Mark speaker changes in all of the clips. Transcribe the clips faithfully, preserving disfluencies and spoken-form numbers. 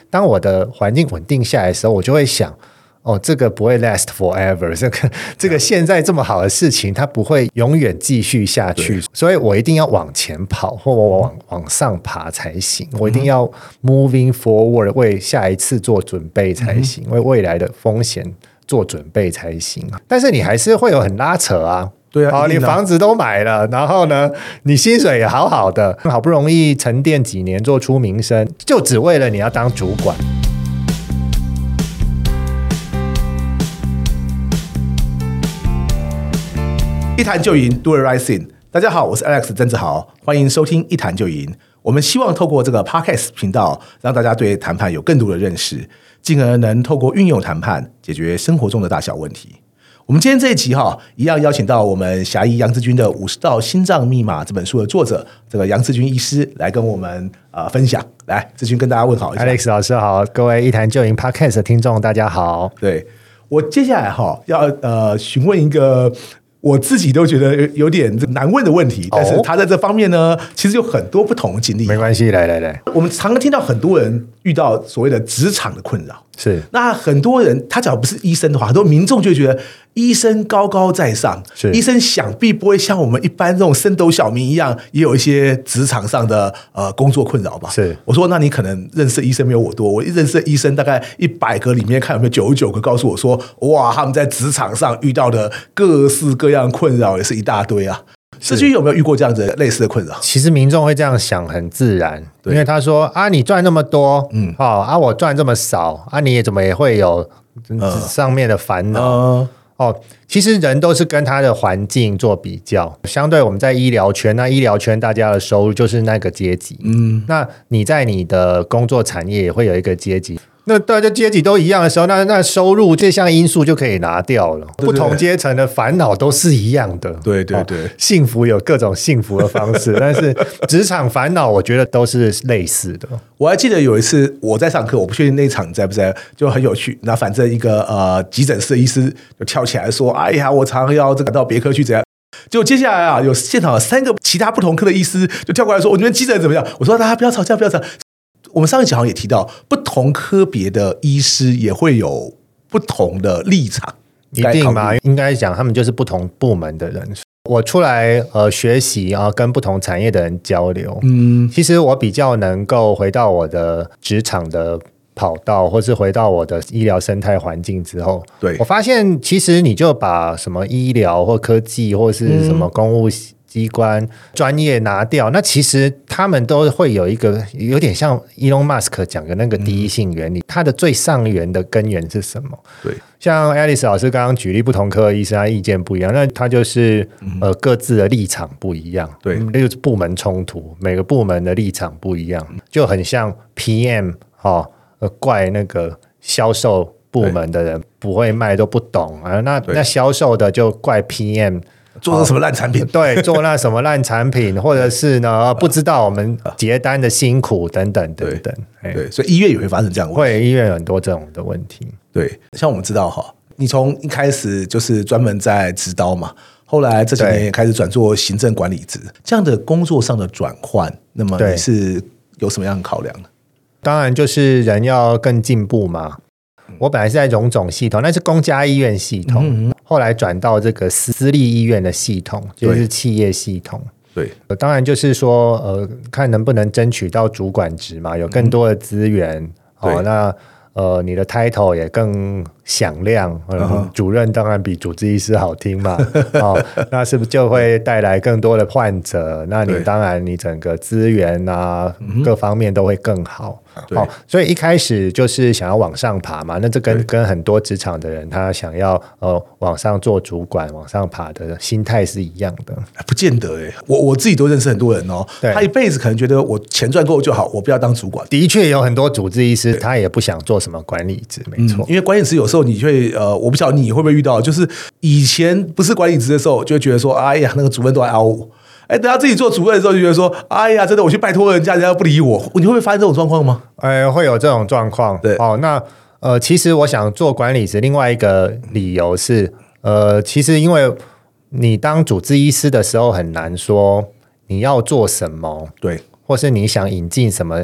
Speaker 1: 当我的环境稳定下来的时候，我就会想哦，这个不会 last forever， 这个这个现在这么好的事情，它不会永远继续下去，所以我一定要往前跑，或我往往上爬才行。我一定要 moving forward， 为下一次做准备才行，为未来的风险做准备才行。但是你还是会有很拉扯啊。
Speaker 2: 对啊，
Speaker 1: 哦，你房子都买了，然后呢，你薪水也好好的，好不容易沉淀几年做出名声，就只为了你要当主管。
Speaker 2: 一谈就赢 ，Do the right thing。大家好，我是 Alex 曾志豪，欢迎收听一谈就赢。我们希望透过这个 Podcast 频道，让大家对谈判有更多的认识，进而能透过运用谈判解决生活中的大小问题。我们今天这一集哈，一样邀请到我们侠医杨志军的《五十道心脏密码》这本书的作者，这个杨志军医师来跟我们呃分享。来，志军跟大家问好一下。
Speaker 1: Alex 老师好，各位一谈就赢 Podcast 的听众大家好。
Speaker 2: 对，我接下来哈要呃询问一个我自己都觉得有点难问的问题，但是他在这方面呢，其实有很多不同的经历。
Speaker 1: 没关系，来来来，
Speaker 2: 我们常常听到很多人遇到所谓的职场的困扰，
Speaker 1: 是
Speaker 2: 那很多人他只要不是医生的话，很多民众就会觉得医生高高在上，
Speaker 1: 是
Speaker 2: 医生想必不会像我们一般这种升斗小民一样，也有一些职场上的呃工作困扰吧？
Speaker 1: 是，我
Speaker 2: 说那你可能认识的医生没有我多，我认识的医生大概一百个里面看有没有九十九个告诉我说，哇，他们在职场上遇到的各式各样困扰也是一大堆啊。志军有没有遇过这样子类似的困扰？
Speaker 1: 其实民众会这样想很自然，因为他说啊，你赚那么多，嗯，哦啊，我赚这么少啊，你也怎么也会有上面的烦恼。呃哦，其实人都是跟他的环境做比较，相对我们在医疗圈，那医疗圈大家的收入就是那个阶级，嗯，那你在你的工作产业也会有一个阶级。那大家阶级都一样的时候，那那收入这项因素就可以拿掉了。对对对，不同阶层的烦恼都是一样的。
Speaker 2: 对对对，
Speaker 1: 哦，幸福有各种幸福的方式，但是职场烦恼我觉得都是类似的。
Speaker 2: 我还记得有一次我在上课，我不确定那场你在不在，就很有趣。那反正一个呃急诊室的医师就跳起来说：“哎呀，我常常要这个到别科去怎样。”结果接下来啊，有现场有三个其他不同科的医师就跳过来说：“我你们急诊怎么样？”我说：“大家不要吵架，不要吵。”我们上一集好像也提到，不同科别的医师也会有不同的立场，
Speaker 1: 一定嘛？应该讲他们就是不同部门的人。我出来呃学习啊，跟不同产业的人交流，嗯，其实我比较能够回到我的职场的跑道，或是回到我的医疗生态环境之后，
Speaker 2: 对，
Speaker 1: 我发现其实你就把什么医疗或科技或是什么公务机关专业拿掉，那其实他们都会有一个有点像 Elon Musk 讲的那个第一性原理，嗯，它的最上缘的根源是什么？
Speaker 2: 对，
Speaker 1: 像 Alice 老师刚刚举例，不同科的医生他意见不一样，那他就是、嗯、呃各自的立场不一样，
Speaker 2: 对，
Speaker 1: 那就是部门冲突，每个部门的立场不一样，就很像 P M 哦，呃怪那个销售部门的人不会卖都不懂啊，那那销售的就怪 P M。
Speaker 2: 做的什么烂产品，哦？
Speaker 1: 对，做那什么烂产品，或者是呢不知道我们结单的辛苦等等等等。
Speaker 2: 对，对，所以医院也会发生这样的问题。
Speaker 1: 会，医院有很多这种的问题。
Speaker 2: 对，像我们知道哈，你从一开始就是专门在执刀嘛，后来这几年也开始转做行政管理职，这样的工作上的转换，那么你是有什么样的考量呢？
Speaker 1: 当然就是人要更进步嘛。我本来是在荣总系统，那是公家医院系统，嗯嗯，后来转到这个私立医院的系统，就是企业系统。
Speaker 2: 对，
Speaker 1: 当然就是说，呃，看能不能争取到主管职嘛，有更多的资源，嗯，哦，那呃，你的 title 也更响亮，呃、主任当然比主治医师好听嘛，哦，那是不是就会带来更多的患者？那你当然你整个资源啊，各方面都会更好。哦，所以一开始就是想要往上爬嘛，那这跟跟很多职场的人他想要呃往上做主管、往上爬的心态是一样的。
Speaker 2: 不见得哎，我我自己都认识很多人哦，他一辈子可能觉得我钱赚够就好，我不要当主管。
Speaker 1: 的确有很多主治医师他也不想做什么管理职，没错，
Speaker 2: 嗯，因为管理职有时候你会呃，我不晓得你会不会遇到，就是以前不是管理职的时候，就会觉得说，哎呀，那个主任都来凹我。哎，等到自己做主任的时候，就觉得说，哎呀，真的，我去拜托人家，人家不理我。你会不会发生这种状况吗？
Speaker 1: 哎，会有这种状况。对，哦，那呃，其实我想做管理职，另外一个理由是，呃，其实因为你当主治医师的时候，很难说你要做什么，
Speaker 2: 对，
Speaker 1: 或是你想引进什么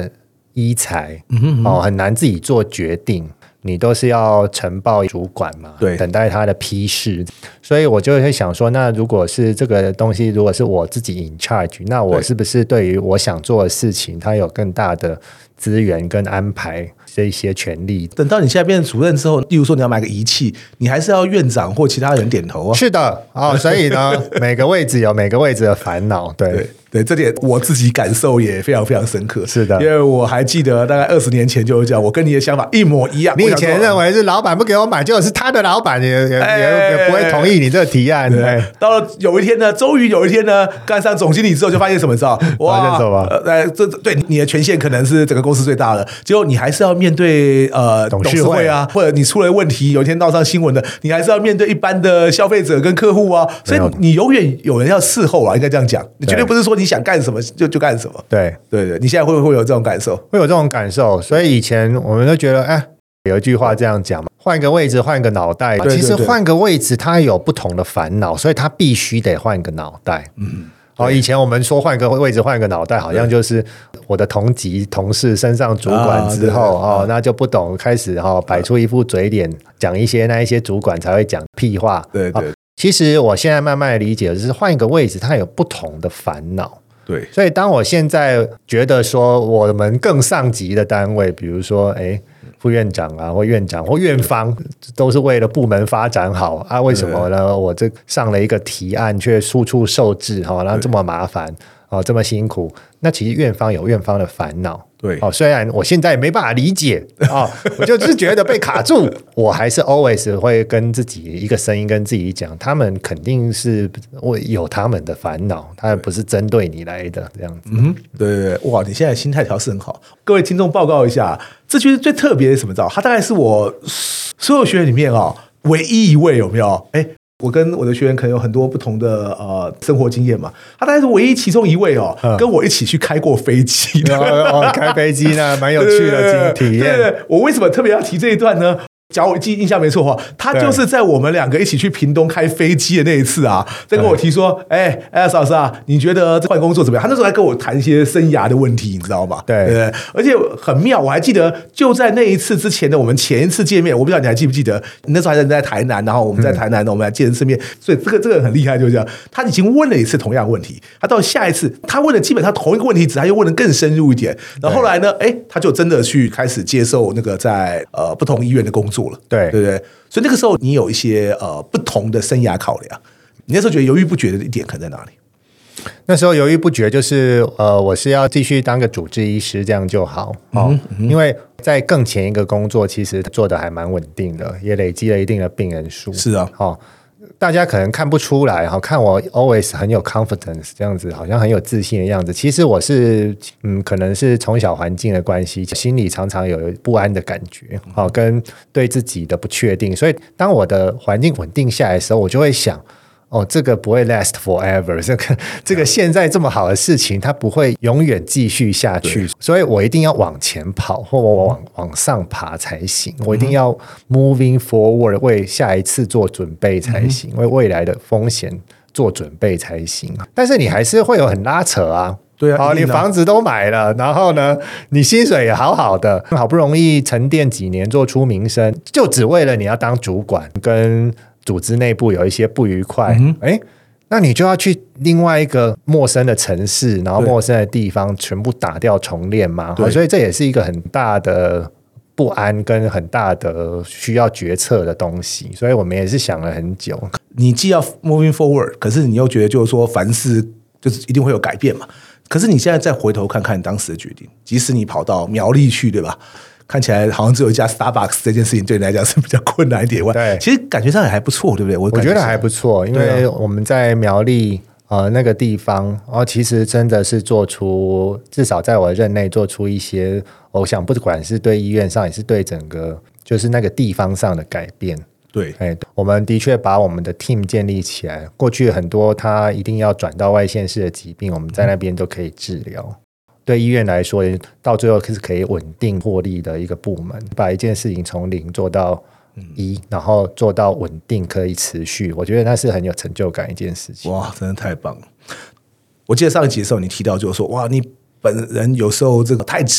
Speaker 1: 医材、嗯哦、很难自己做决定，你都是要呈报主管嘛，
Speaker 2: 对，
Speaker 1: 等待他的批示。所以我就会想说，那如果是这个东西如果是我自己 in charge， 那我是不是对于我想做的事情它有更大的资源跟安排这一些权利？
Speaker 2: 等到你现在变成主任之后，例如说你要买个仪器，你还是要院长或其他人点头啊。
Speaker 1: 是的、哦、所以呢每个位置有每个位置的烦恼。对
Speaker 2: 对对，这点我自己感受也非常非常深刻。
Speaker 1: 是的，
Speaker 2: 因为我还记得大概二十年前就有讲，我跟你的想法一模一样。
Speaker 1: 你以前认为是老板不给我买，结果是他的老板也也、哎、也, 也不会同意你这个提案。对，
Speaker 2: 对，到了有一天呢，终于有一天呢，干上总经理之后，就发现什么？知道？哇，
Speaker 1: 发现什么？
Speaker 2: 呃，这对你的权限可能是整个公司最大的，结果你还是要面对呃董事会啊，或者你出了问题，有一天闹上新闻的，你还是要面对一般的消费者跟客户啊，所以你永远有人要伺候啊，应该这样讲。你绝对不是说你想干什么就就干什么。
Speaker 1: 对
Speaker 2: 对对，你现在会不会有这种感受？
Speaker 1: 会有这种感受。所以以前我们都觉得，哎，有一句话这样讲嘛，换个位置换个脑袋。
Speaker 2: 对对对，
Speaker 1: 其实换个位置它有不同的烦恼，所以它必须得换个脑袋。嗯。哦，以前我们说换个位置换个脑袋，好像就是我的同级同事升上主管之后、啊、哦，那就不懂开始哦摆出一副嘴脸，讲一些那一些主管才会讲屁话。
Speaker 2: 对对、哦，
Speaker 1: 其实我现在慢慢的理解，就是换一个位置，它有不同的烦恼。
Speaker 2: 对，
Speaker 1: 所以当我现在觉得说我们更上级的单位，比如说哎副院长啊或院长或院方，都是为了部门发展好啊，为什么呢？我这上了一个提案却处处受制，然后这么麻烦，这么辛苦，那其实院方有院方的烦恼。
Speaker 2: 对、
Speaker 1: 哦，虽然我现在没办法理解、哦、我就是觉得被卡住，我还是 always 会跟自己一个声音跟自己讲，他们肯定是有他们的烦恼，他们不是针对你来的这样子。
Speaker 2: 嗯，对对对，哇，你现在心态调试很好。各位听众报告一下，这句最特别的什么？知道？他大概是我所有学员里面哦唯一一位，有没有？哎。我跟我的学员可能有很多不同的呃生活经验嘛，他大概是唯一其中一位哦，嗯、跟我一起去开过飞机的。
Speaker 1: 哦哦、开飞机呢，蛮有趣的体验。
Speaker 2: 对对对，我为什么特别要提这一段呢？假如我记印象没错的话，他就是在我们两个一起去屏东开飞机的那一次啊，在跟我提说，哎 ，Alex 老师啊，你觉得换工作怎么样？他那时候还跟我谈一些生涯的问题，你知道吗？
Speaker 1: 对对对，
Speaker 2: 而且很妙，我还记得就在那一次之前的我们前一次见面，我不知道你还记不记得？你那时候还在台南，然后我们在台南呢，我们还见次面，所以这个这个人很厉害，就是这样，他已经问了一次同样的问题，他到下一次他问的基本上同一个问题，只他又问的更深入一点，然后后来呢，哎，他就真的去开始接受那个在呃不同医院的工作了，
Speaker 1: 对
Speaker 2: 对不对？所以那个时候你有一些呃不同的生涯考量，你那时候觉得犹豫不决的一点可能在哪里？
Speaker 1: 那时候犹豫不决就是呃，我是要继续当个主治医师这样就好、哦嗯嗯、因为在更前一个工作其实做的还蛮稳定的，也累积了一定的病人数。
Speaker 2: 是啊，
Speaker 1: 哦，大家可能看不出来，看我 always 很有 confidence 这样子，好像很有自信的样子。其实我是嗯，可能是从小环境的关系，心里常常有不安的感觉、哦、跟对自己的不确定。所以当我的环境稳定下来的时候，我就会想哦，这个不会 last forever， 这个这个现在这么好的事情，它不会永远继续下去，所以我一定要往前跑，或我往往上爬才行。我一定要 moving forward， 为下一次做准备才行，为未来的风险做准备才行。但是你还是会有很拉扯啊。
Speaker 2: 对啊，
Speaker 1: 哦，你房子都买了，然后呢，你薪水也好好的，好不容易沉淀几年做出名声，就只为了你要当主管跟组织内部有一些不愉快，嗯诶，那你就要去另外一个陌生的城市，然后陌生的地方全部打掉重练嘛，所以这也是一个很大的不安跟很大的需要决策的东西，所以我们也是想了很久。
Speaker 2: 你既要 moving forward， 可是你又觉得就是说凡事就是一定会有改变嘛，可是你现在再回头看看当时的决定，即使你跑到苗栗去，对吧？看起来好像只有一家 Starbucks 这件事情对你来讲是比较困难一点，
Speaker 1: 对，
Speaker 2: 其实感觉上也还不错，对不对？我
Speaker 1: 我觉得还不错，因为我们在苗栗呃那个地方，哦，其实真的是做出至少在我任内做出一些，我想不管是对医院上，也是对整个就是那个地方上的改变。
Speaker 2: 对，
Speaker 1: 哎，我们的确把我们的 team 建立起来。过去很多他一定要转到外县市的疾病，我们在那边都可以治疗。嗯，对医院来说，到最后是可以稳定获利的一个部门，把一件事情从零做到一、嗯，然后做到稳定可以持续，我觉得那是很有成就感一件事情。
Speaker 2: 哇，真的太棒了！我记得上一集的时候你提到就是说，哇，你本人有时候这个太直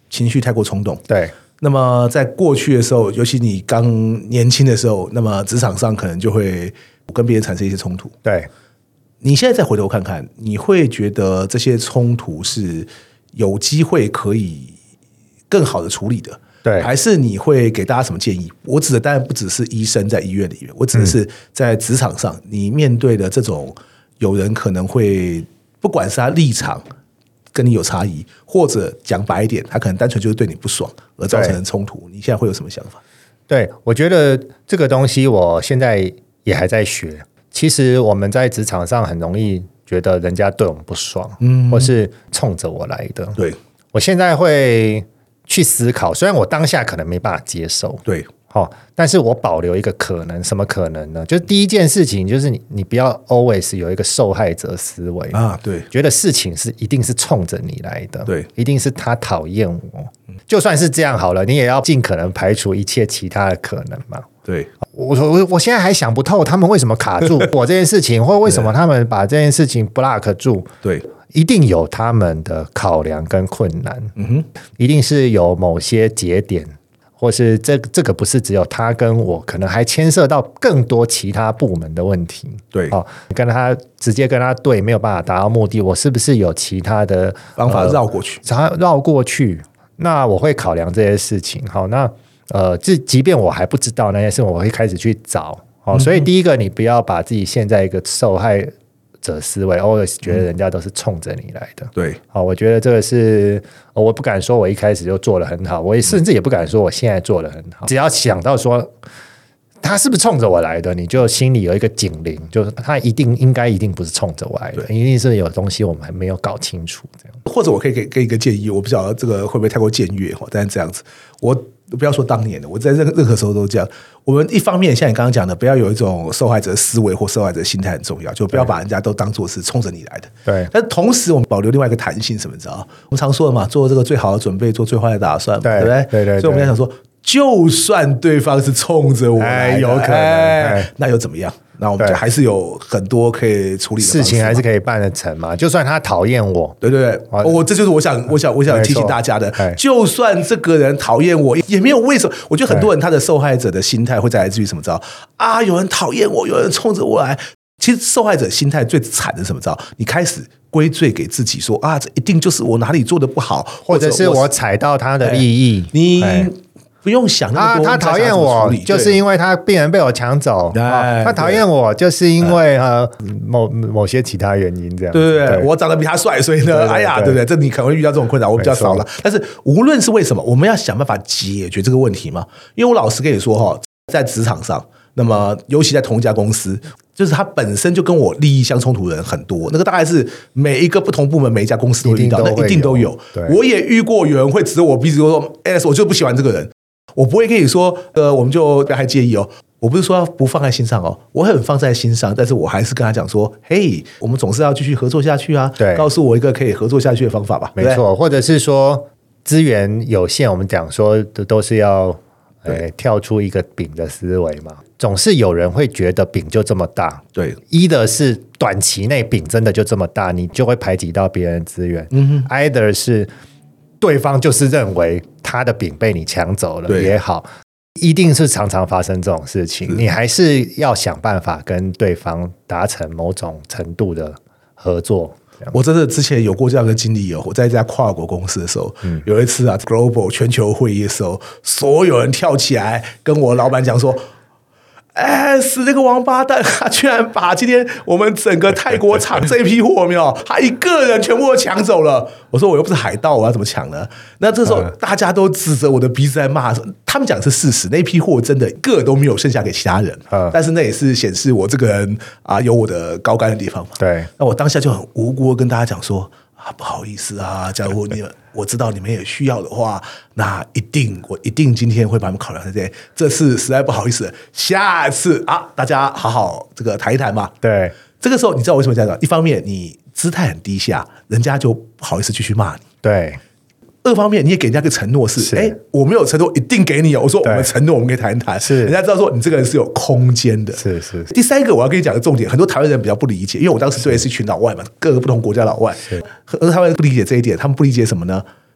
Speaker 2: 情绪太过冲动。
Speaker 1: 对。
Speaker 2: 那么在过去的时候，尤其你刚年轻的时候，那么职场上可能就会跟别人产生一些冲突。
Speaker 1: 对。
Speaker 2: 你现在再回头看看，你会觉得这些冲突是有机会可以更好的处理的？
Speaker 1: 对，
Speaker 2: 还是你会给大家什么建议？我指的当然不只是医生在医院里面，我指的是在职场上，你面对的这种有人可能会不管是他立场跟你有差异，或者讲白一点，他可能单纯就是对你不爽而造成的冲突，你现在会有什么想法？
Speaker 1: 对，我觉得这个东西我现在也还在学。其实我们在职场上很容易觉得人家对我们不爽，嗯，或是冲着我来的。
Speaker 2: 对，
Speaker 1: 我现在会去思考，虽然我当下可能没办法接受，
Speaker 2: 对，
Speaker 1: 哦，但是我保留一个可能，什么可能呢？就是第一件事情，就是你你不要 always 有一个受害者思维
Speaker 2: 啊，对，
Speaker 1: 觉得事情是一定是冲着你来的，
Speaker 2: 对，
Speaker 1: 一定是他讨厌我，就算是这样好了，你也要尽可能排除一切其他的可能嘛。
Speaker 2: 对，
Speaker 1: 我我我现在还想不透他们为什么卡住我这件事情，或为什么他们把这件事情 block 住。
Speaker 2: 对，
Speaker 1: 一定有他们的考量跟困难，嗯哼，一定是有某些节点，或是这这个不是只有他跟我，可能还牵涉到更多其他部门的问题。
Speaker 2: 对，
Speaker 1: 哦，跟他直接跟他对没有办法达到目的，我是不是有其他的
Speaker 2: 方法绕过去？
Speaker 1: 呃、绕过去，那我会考量这些事情。好，那呃，即即便我还不知道那些事，我会开始去找。好，所以第一个，你不要把自己陷在一个受害者思维 always 觉得人家都是冲着你来的。
Speaker 2: 对，
Speaker 1: 好，我觉得这个是我不敢说我一开始就做得很好，我也甚至也不敢说我现在做得很好。只要想到说他是不是冲着我来的，你就心里有一个警铃，就是他一定应该一定不是冲着我来的，一定是有东西我们还没有搞清楚这样。
Speaker 2: 或者我可以给给一个建议，我不晓得这个会不会太过僭越，但是这样子，我不要说当年的，我在任任何时候都这样。我们一方面像你刚刚讲的，不要有一种受害者思维或受害者心态很重要，就不要把人家都当作是冲着你来的。
Speaker 1: 对。
Speaker 2: 但同时我们保留另外一个弹性，什么你知道？我们常说的嘛，做这个最好的准备，做最坏的打算嘛，对不对？
Speaker 1: 对对对。
Speaker 2: 所以我们要想说，就算对方是冲着我来的，
Speaker 1: 哎、有可能、哎，
Speaker 2: 那又怎么样？那我们就还是有很多可以处理的
Speaker 1: 事情，还是可以办得成嘛。就算他讨厌我，
Speaker 2: 对对对，我、哦、这就是我想我想我想提醒大家的。就算这个人讨厌我，也没有为什么。我觉得很多人他的受害者的心态会在来自于什么？知道啊？有人讨厌我，有人冲着我来。其实受害者心态最惨的是什么？知道？你开始归罪给自己说啊，这一定就是我哪里做的不好，
Speaker 1: 或者是我踩到他的利益。
Speaker 2: 你。不用想那么多，
Speaker 1: 啊、他讨厌我，就是因为他病人被我抢走。啊、他讨厌我，就是因为呃某某些其他原因这样。
Speaker 2: 对对对，我长得比他帅，所以呢，对对对哎呀，对不对？这你可能会遇到这种困扰，我比较少了。但是无论是为什么，我们要想办法解决这个问题嘛。因为我老实跟你说哈，在职场上，那么尤其在同一家公司，就是他本身就跟我利益相冲突的人很多，那个大概是每一个不同部门、每一家公司都会遇到，那一定都有。我也遇过有人会指着我鼻子说 ：“Alex， 我就不喜欢这个人。”我不会跟你说，呃，我们就不要太介意哦。我不是说不放在心上哦，我很放在心上，但是我还是跟他讲说，嘿，我们总是要继续合作下去啊。
Speaker 1: 对，
Speaker 2: 告诉我一个可以合作下去的方法吧。
Speaker 1: 没错，或者是说资源有限，我们讲说的都是要，呃，跳出一个饼的思维嘛。总是有人会觉得饼就这么大，
Speaker 2: 对，
Speaker 1: 一的是短期内饼真的就这么大，你就会排挤到别人的资源。嗯哼 ，either 是。对方就是认为他的饼被你抢走了也好，一定是常常发生这种事情，你还是要想办法跟对方达成某种程度的合作。
Speaker 2: 我真的之前有过这样的经历哦，我在一家跨国公司的时候，嗯、有一次啊 ，Global 全球会议的时候，所有人跳起来跟我老板讲说。哎，死那个王八蛋！他居然把今天我们整个泰国厂这批货有没有？他一个人全部都抢走了。我说我又不是海盗，我要怎么抢呢？那这时候大家都指着我的鼻子在骂，他们讲是事实，那批货真的一个都没有剩下给其他人。但是那也是显示我这个人啊有我的高干的地方嘛。
Speaker 1: 对，
Speaker 2: 那我当下就很无辜的跟大家讲说。啊，不好意思啊，假如你们我知道你们也需要的话，那一定我一定今天会把你们考量在这。这次实在不好意思，下次啊，大家好好这个谈一谈嘛。
Speaker 1: 对，
Speaker 2: 这个时候你知道为什么这样？一方面你姿态很低下，人家就不好意思继续骂你。
Speaker 1: 对。
Speaker 2: 二方面，你也给人家一个承诺是，哎，我没有承诺一定给你哦。我说我们承诺，我们可以谈一谈。
Speaker 1: 是，
Speaker 2: 人家知道说你这个人是有空间的。
Speaker 1: 是是。
Speaker 2: 第三个，我要跟你讲个重点，很多台湾人比较不理解，因为我当时对的是一群老外嘛，各个不同国家老外，而他们不理解这一点，他们不理解什么呢？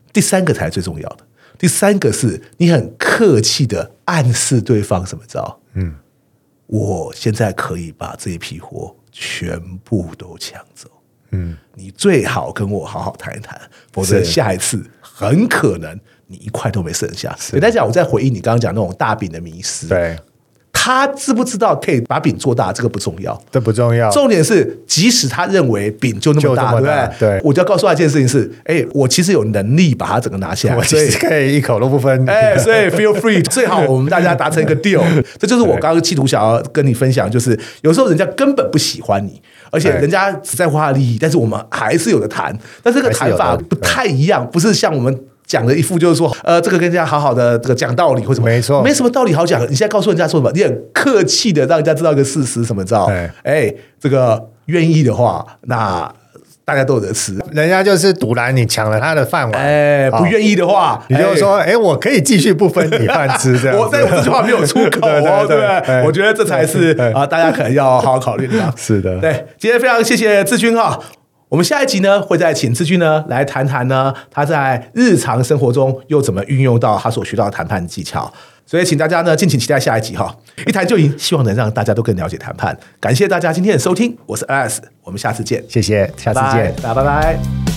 Speaker 2: 第三个才是最重要的。第三个是你很客气的暗示对方什么招？嗯，我现在可以把这一批货全部都抢走。嗯，你最好跟我好好谈一谈，否则下一次很可能你一块都没剩下。简单讲，我在回应你刚刚讲那种大饼的迷思。
Speaker 1: 对。
Speaker 2: 他知不知道可以把饼做大，这个不重要，
Speaker 1: 这不重要。
Speaker 2: 重点是，即使他认为饼就那么大，对不对？
Speaker 1: 对，
Speaker 2: 我就要告诉他一件事情是：哎，我其实有能力把它整个拿下来，
Speaker 1: 我其实可以一口都不分。
Speaker 2: 哎，所以 feel free， 最好我们大家达成一个 deal。这就是我刚刚企图想要跟你分享，就是有时候人家根本不喜欢你，而且人家只在乎他的利益，但是我们还是有的谈，但这个谈法不太一样，不是像我们讲的一副就是说，呃，这个跟人家好好的这个讲道理或什么，
Speaker 1: 没错，
Speaker 2: 没什么道理好讲。你现在告诉人家说什么？你很客气的让人家知道一个事实，什么知道？哎，这个愿意的话，那大家都有得吃。
Speaker 1: 人家就是独揽你抢了他的饭碗，
Speaker 2: 哎，不愿意的话，
Speaker 1: 你就说，哎，我可以继续不分你饭吃，这样。
Speaker 2: 我在我这句话没有出口哦，对不对？我觉得这才是啊，大家可能要好好考虑的。
Speaker 1: 是的，
Speaker 2: 对，今天非常谢谢志军哈。我们下一集呢，会再请志军呢来谈谈呢他在日常生活中又怎么运用到他所学到的谈判技巧。所以请大家呢敬请期待下一集哈，一谈就赢，希望能让大家都更了解谈判。感谢大家今天的收听，我是 Alex， 我们下次见，
Speaker 1: 谢谢，下次见，
Speaker 2: 大家拜拜。